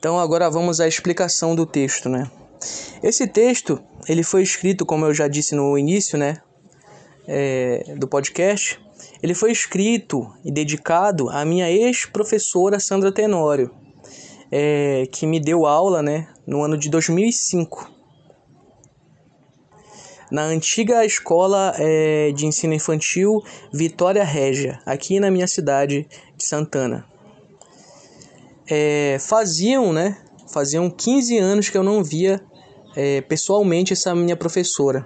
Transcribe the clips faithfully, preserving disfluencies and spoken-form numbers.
Então agora vamos à explicação do texto, né? Esse texto, ele foi escrito, como eu já disse no início, né, é, do podcast, ele foi escrito e dedicado à minha ex-professora Sandra Tenório, é, que me deu aula, né, no ano de dois mil e cinco, na antiga escola é, de ensino infantil Vitória Régia, aqui na minha cidade de Santana. É, faziam, né, faziam quinze anos que eu não via é, pessoalmente essa minha professora.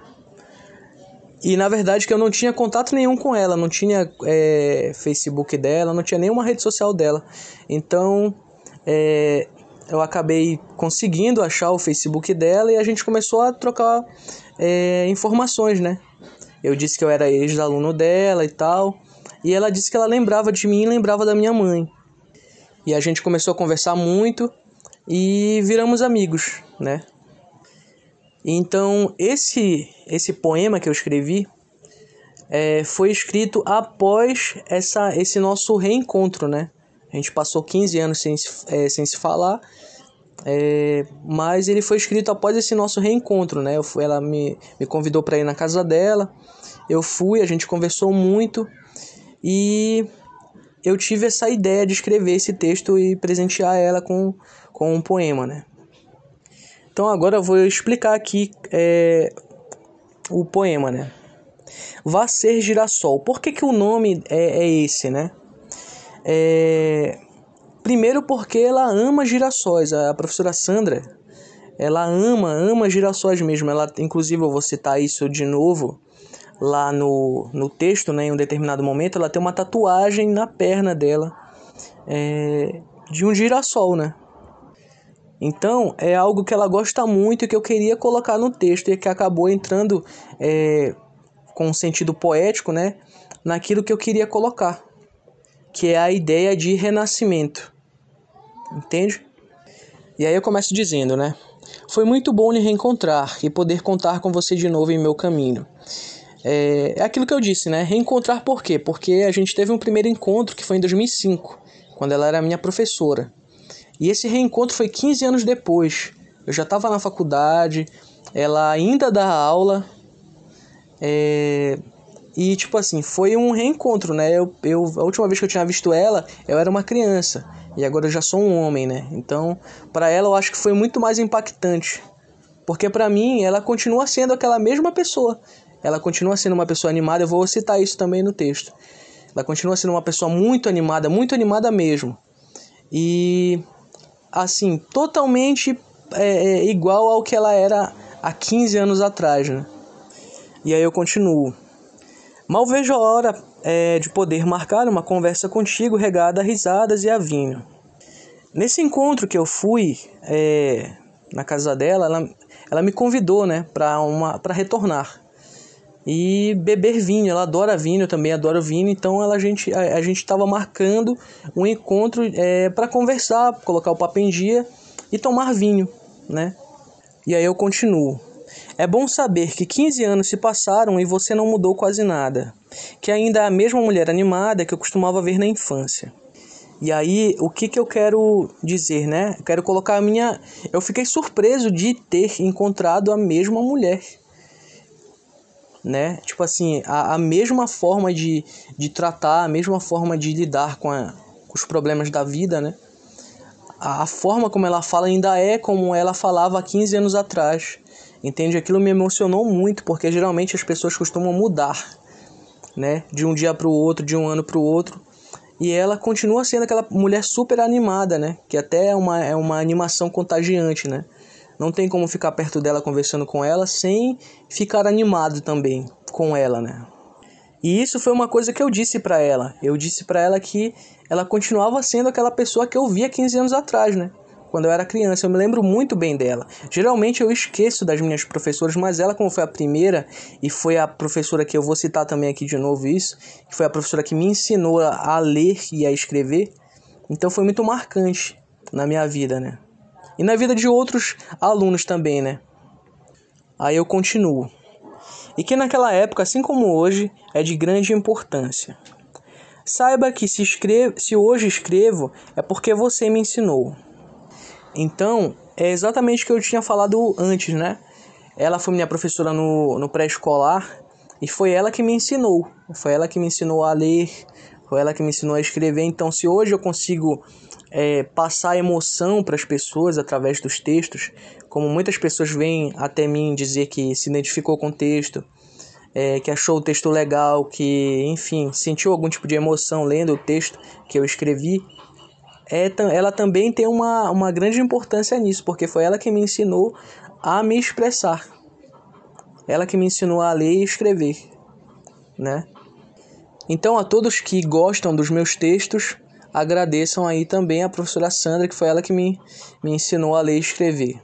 E na verdade que eu não tinha contato nenhum com ela, não tinha é, Facebook dela, não tinha nenhuma rede social dela. Então é, eu acabei conseguindo achar o Facebook dela e a gente começou a trocar é, informações, né? Eu disse que eu era ex-aluno dela e tal, e ela disse que ela lembrava de mim e lembrava da minha mãe. E a gente começou a conversar muito e viramos amigos, né? Então, esse, esse poema que eu escrevi é, foi escrito após essa, esse nosso reencontro, né? A gente passou quinze anos sem, é, sem se falar, é, mas ele foi escrito após esse nosso reencontro, né? Eu fui, ela me, me convidou para ir na casa dela, eu fui, a gente conversou muito e eu tive essa ideia de escrever esse texto e presentear ela com, com um poema, né? Então agora eu vou explicar aqui é, o poema, né? Vá ser girassol. Por que que o nome é, é esse, né? É... Primeiro porque ela ama girassóis. A professora Sandra, ela ama, ama girassóis mesmo. Ela, inclusive, eu vou citar isso de novo lá no, no texto, né? Em um determinado momento, ela tem uma tatuagem na perna dela é, de um girassol, né? Então, é algo que ela gosta muito e que eu queria colocar no texto e que acabou entrando é, com um sentido poético, né, naquilo que eu queria colocar, que é a ideia de renascimento. Entende? E aí eu começo dizendo, né? Foi muito bom lhe reencontrar e poder contar com você de novo em meu caminho. É, é aquilo que eu disse, né? Reencontrar por quê? Porque a gente teve um primeiro encontro que foi em dois mil e cinco, quando ela era minha professora. E esse reencontro foi quinze anos depois. Eu já estava na faculdade, ela ainda dá aula. É... E, tipo assim, foi um reencontro, né? Eu, eu, a última vez que eu tinha visto ela, eu era uma criança. E agora eu já sou um homem, né? Então, para ela, eu acho que foi muito mais impactante. Porque, para mim, ela continua sendo aquela mesma pessoa. Ela continua sendo uma pessoa animada. Eu vou citar isso também no texto. Ela continua sendo uma pessoa muito animada, muito animada mesmo. E... assim, totalmente é, é, igual ao que ela era há quinze anos atrás, né? E aí eu continuo. Mal vejo a hora é, de poder marcar uma conversa contigo regada a risadas e a vinho. Nesse encontro que eu fui é, na casa dela, ela, ela me convidou, né, para uma para retornar e beber vinho. Ela adora vinho, eu também adoro vinho, então ela, a gente a, a gente estava marcando um encontro é, para conversar, colocar o papo em dia e tomar vinho, né? E aí eu continuo. É bom saber que quinze anos se passaram e você não mudou quase nada, que ainda é a mesma mulher animada que eu costumava ver na infância. E aí, o que que eu quero dizer, né? Eu quero colocar a minha... Eu fiquei surpreso de ter encontrado a mesma mulher, né? Tipo assim, a, a mesma forma de, de tratar, a mesma forma de lidar com, a, com os problemas da vida, né? A, a forma como ela fala ainda é como ela falava há quinze anos atrás, entende? Aquilo me emocionou muito, porque geralmente as pessoas costumam mudar, né? De um dia para o outro, de um ano para o outro, e ela continua sendo aquela mulher super animada, né? Que até é uma, é uma animação contagiante, né? Não tem como ficar perto dela conversando com ela sem ficar animado também com ela, né? E isso foi uma coisa que eu disse pra ela. Eu disse pra ela que ela continuava sendo aquela pessoa que eu via quinze anos atrás, né? Quando eu era criança, eu me lembro muito bem dela. Geralmente eu esqueço das minhas professoras, mas ela, como foi a primeira, e foi a professora que eu vou citar também aqui de novo isso, que foi a professora que me ensinou a ler e a escrever, então foi muito marcante na minha vida, né? E na vida de outros alunos também, né? Aí eu continuo. E que naquela época, assim como hoje, é de grande importância. Saiba que se, escrevo, se hoje escrevo, é porque você me ensinou. Então, é exatamente o que eu tinha falado antes, né? Ela foi minha professora no, no pré-escolar e foi ela que me ensinou. Foi ela que me ensinou a ler, foi ela que me ensinou a escrever. Então, se hoje eu consigo é, passar emoção para as pessoas através dos textos, como muitas pessoas vêm até mim dizer que se identificou com o texto, é, que achou o texto legal, que, enfim, sentiu algum tipo de emoção lendo o texto que eu escrevi, é, ela também tem uma, uma grande importância nisso, porque foi ela que me ensinou a me expressar. Ela que me ensinou a ler e escrever, né? Então, a todos que gostam dos meus textos, agradeçam aí também a professora Sandra, que foi ela que me, me ensinou a ler e escrever.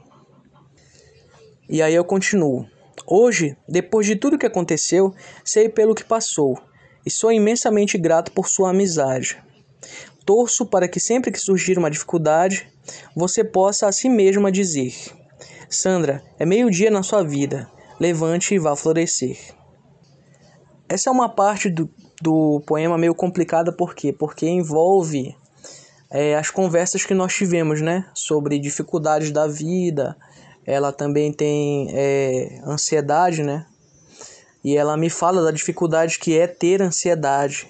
E aí eu continuo. Hoje, depois de tudo que aconteceu, sei pelo que passou, e sou imensamente grato por sua amizade. Torço para que sempre que surgir uma dificuldade, você possa a si mesma dizer: Sandra, é meio-dia na sua vida, levante e vá florescer. Essa é uma parte do, do poema meio complicada, por quê? Porque envolve é, as conversas que nós tivemos, né? Sobre dificuldades da vida. Ela também tem é, ansiedade, né? E ela me fala da dificuldade que é ter ansiedade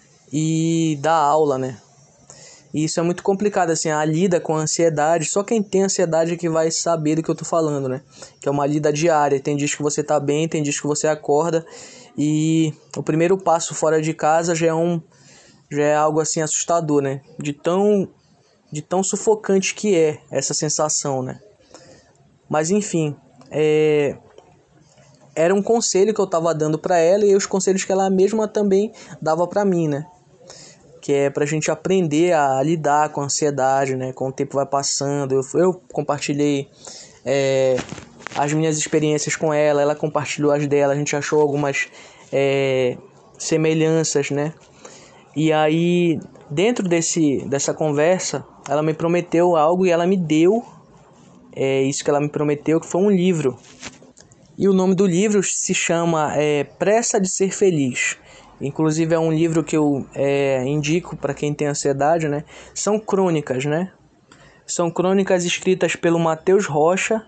e dar aula, né? E isso é muito complicado, assim, a lida com a ansiedade. Só quem tem ansiedade é que vai saber do que eu tô falando, né? Que é uma lida diária. Tem dias que você tá bem, tem dias que você acorda. E o primeiro passo fora de casa já é, um, já é algo, assim, assustador, né? De tão, de tão sufocante que é essa sensação, né? Mas, enfim, é... era um conselho que eu tava dando pra ela e os conselhos que ela mesma também dava pra mim, né? Que é pra gente aprender a lidar com a ansiedade, né? Com o tempo vai passando. Eu, eu compartilhei é, as minhas experiências com ela, ela compartilhou as dela, a gente achou algumas é, semelhanças, né? E aí, dentro desse, dessa conversa, ela me prometeu algo e ela me deu é, isso que ela me prometeu, que foi um livro. E o nome do livro se chama é, Pressa de Ser Feliz. Inclusive é um livro que eu é, indico para quem tem ansiedade, né? São crônicas, né? São crônicas escritas pelo Matheus Rocha.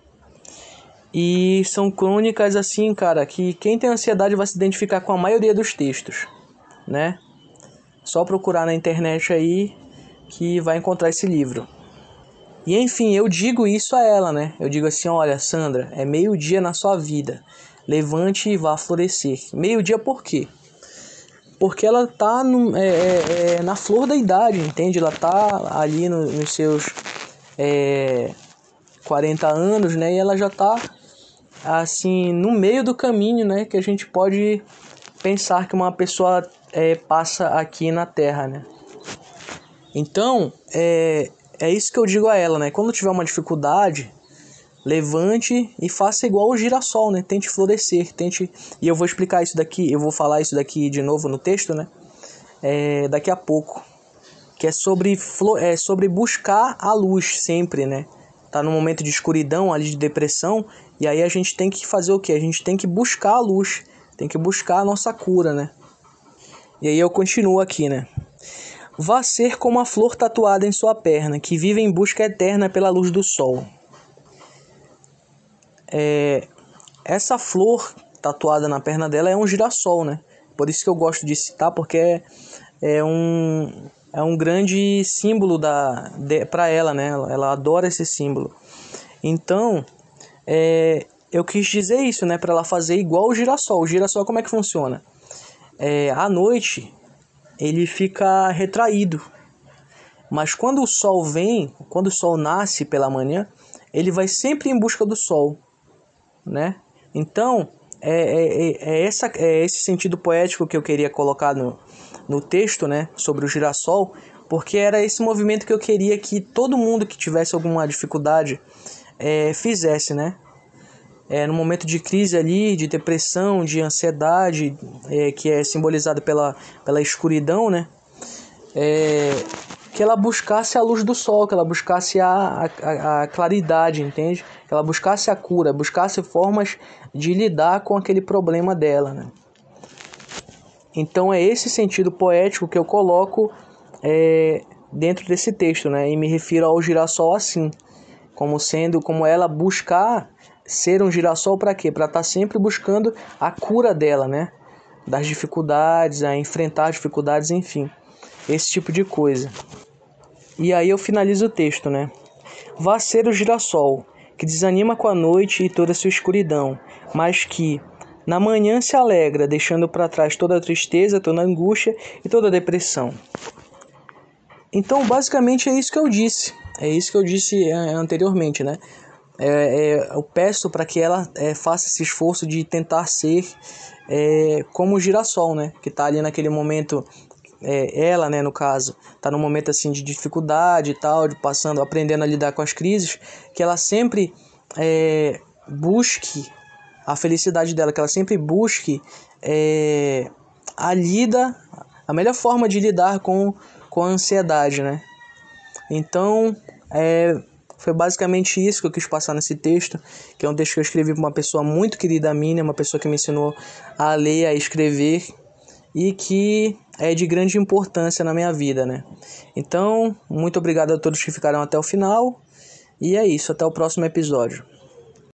E são crônicas assim, cara, que quem tem ansiedade vai se identificar com a maioria dos textos, né? Só procurar na internet aí que vai encontrar esse livro. E enfim, eu digo isso a ela, né? Eu digo assim, olha, Sandra, é meio-dia na sua vida. Levante e vá florescer. Meio-dia por quê? Porque ela tá no, é, é, é, na flor da idade, entende? Ela tá ali no, nos seus é, quarenta anos, né? E ela já tá, assim, no meio do caminho, né? Que a gente pode pensar que uma pessoa é, passa aqui na Terra, né? Então, é, é isso que eu digo a ela, né? Quando tiver uma dificuldade, levante e faça igual o girassol, né? Tente florescer, tente... E eu vou explicar isso daqui, eu vou falar isso daqui de novo no texto, né? É, daqui a pouco. Que é sobre, flo... é sobre buscar a luz sempre, né? Tá num momento de escuridão, ali de depressão, e aí a gente tem que fazer o quê? A gente tem que buscar a luz, tem que buscar a nossa cura, né? E aí eu continuo aqui, né? Vá ser como a flor tatuada em sua perna, que vive em busca eterna pela luz do sol. É, essa flor tatuada na perna dela é um girassol, né? Por isso que eu gosto de citar, porque é, é, um, é um grande símbolo da, para ela, né? Ela, ela adora esse símbolo. Então, é, eu quis dizer isso, né? Para ela fazer igual o girassol. O girassol, como é que funciona? É, à noite, ele fica retraído. Mas quando o sol vem, quando o sol nasce pela manhã, ele vai sempre em busca do sol, né? Então, é, é, é, essa, é esse sentido poético que eu queria colocar no, no texto, né? Sobre o girassol, porque era esse movimento que eu queria que todo mundo que tivesse alguma dificuldade é, fizesse, né? É, no momento de crise ali, de depressão, de ansiedade, é, que é simbolizado pela, pela escuridão, né? É, que ela buscasse a luz do sol, que ela buscasse a, a, a claridade, entende? Que ela buscasse a cura, buscasse formas de lidar com aquele problema dela, né? Então é esse sentido poético que eu coloco é, dentro desse texto, né? E me refiro ao girassol assim. como sendo, como ela buscar ser um girassol para quê? Para estar sempre buscando a cura dela, né? Das dificuldades, a enfrentar dificuldades, enfim, esse tipo de coisa. E aí eu finalizo o texto, né? Vá ser o girassol, que desanima com a noite e toda a sua escuridão, mas que na manhã se alegra, deixando para trás toda a tristeza, toda a angústia e toda a depressão. Então, basicamente é isso que eu disse. É isso que eu disse anteriormente, né? É, é, eu peço para que ela é, faça esse esforço de tentar ser é, como o girassol, né? Que está ali naquele momento, é, ela, né, no caso, está num momento assim de dificuldade e tal, de passando, aprendendo a lidar com as crises, que ela sempre é, busque a felicidade dela, que ela sempre busque é, a lida, a melhor forma de lidar com, com a ansiedade, né? Então, é, foi basicamente isso que eu quis passar nesse texto, que é um texto que eu escrevi para uma pessoa muito querida minha, uma pessoa que me ensinou a ler, a escrever, e que é de grande importância na minha vida, né? Então, muito obrigado a todos que ficaram até o final, e é isso, até o próximo episódio.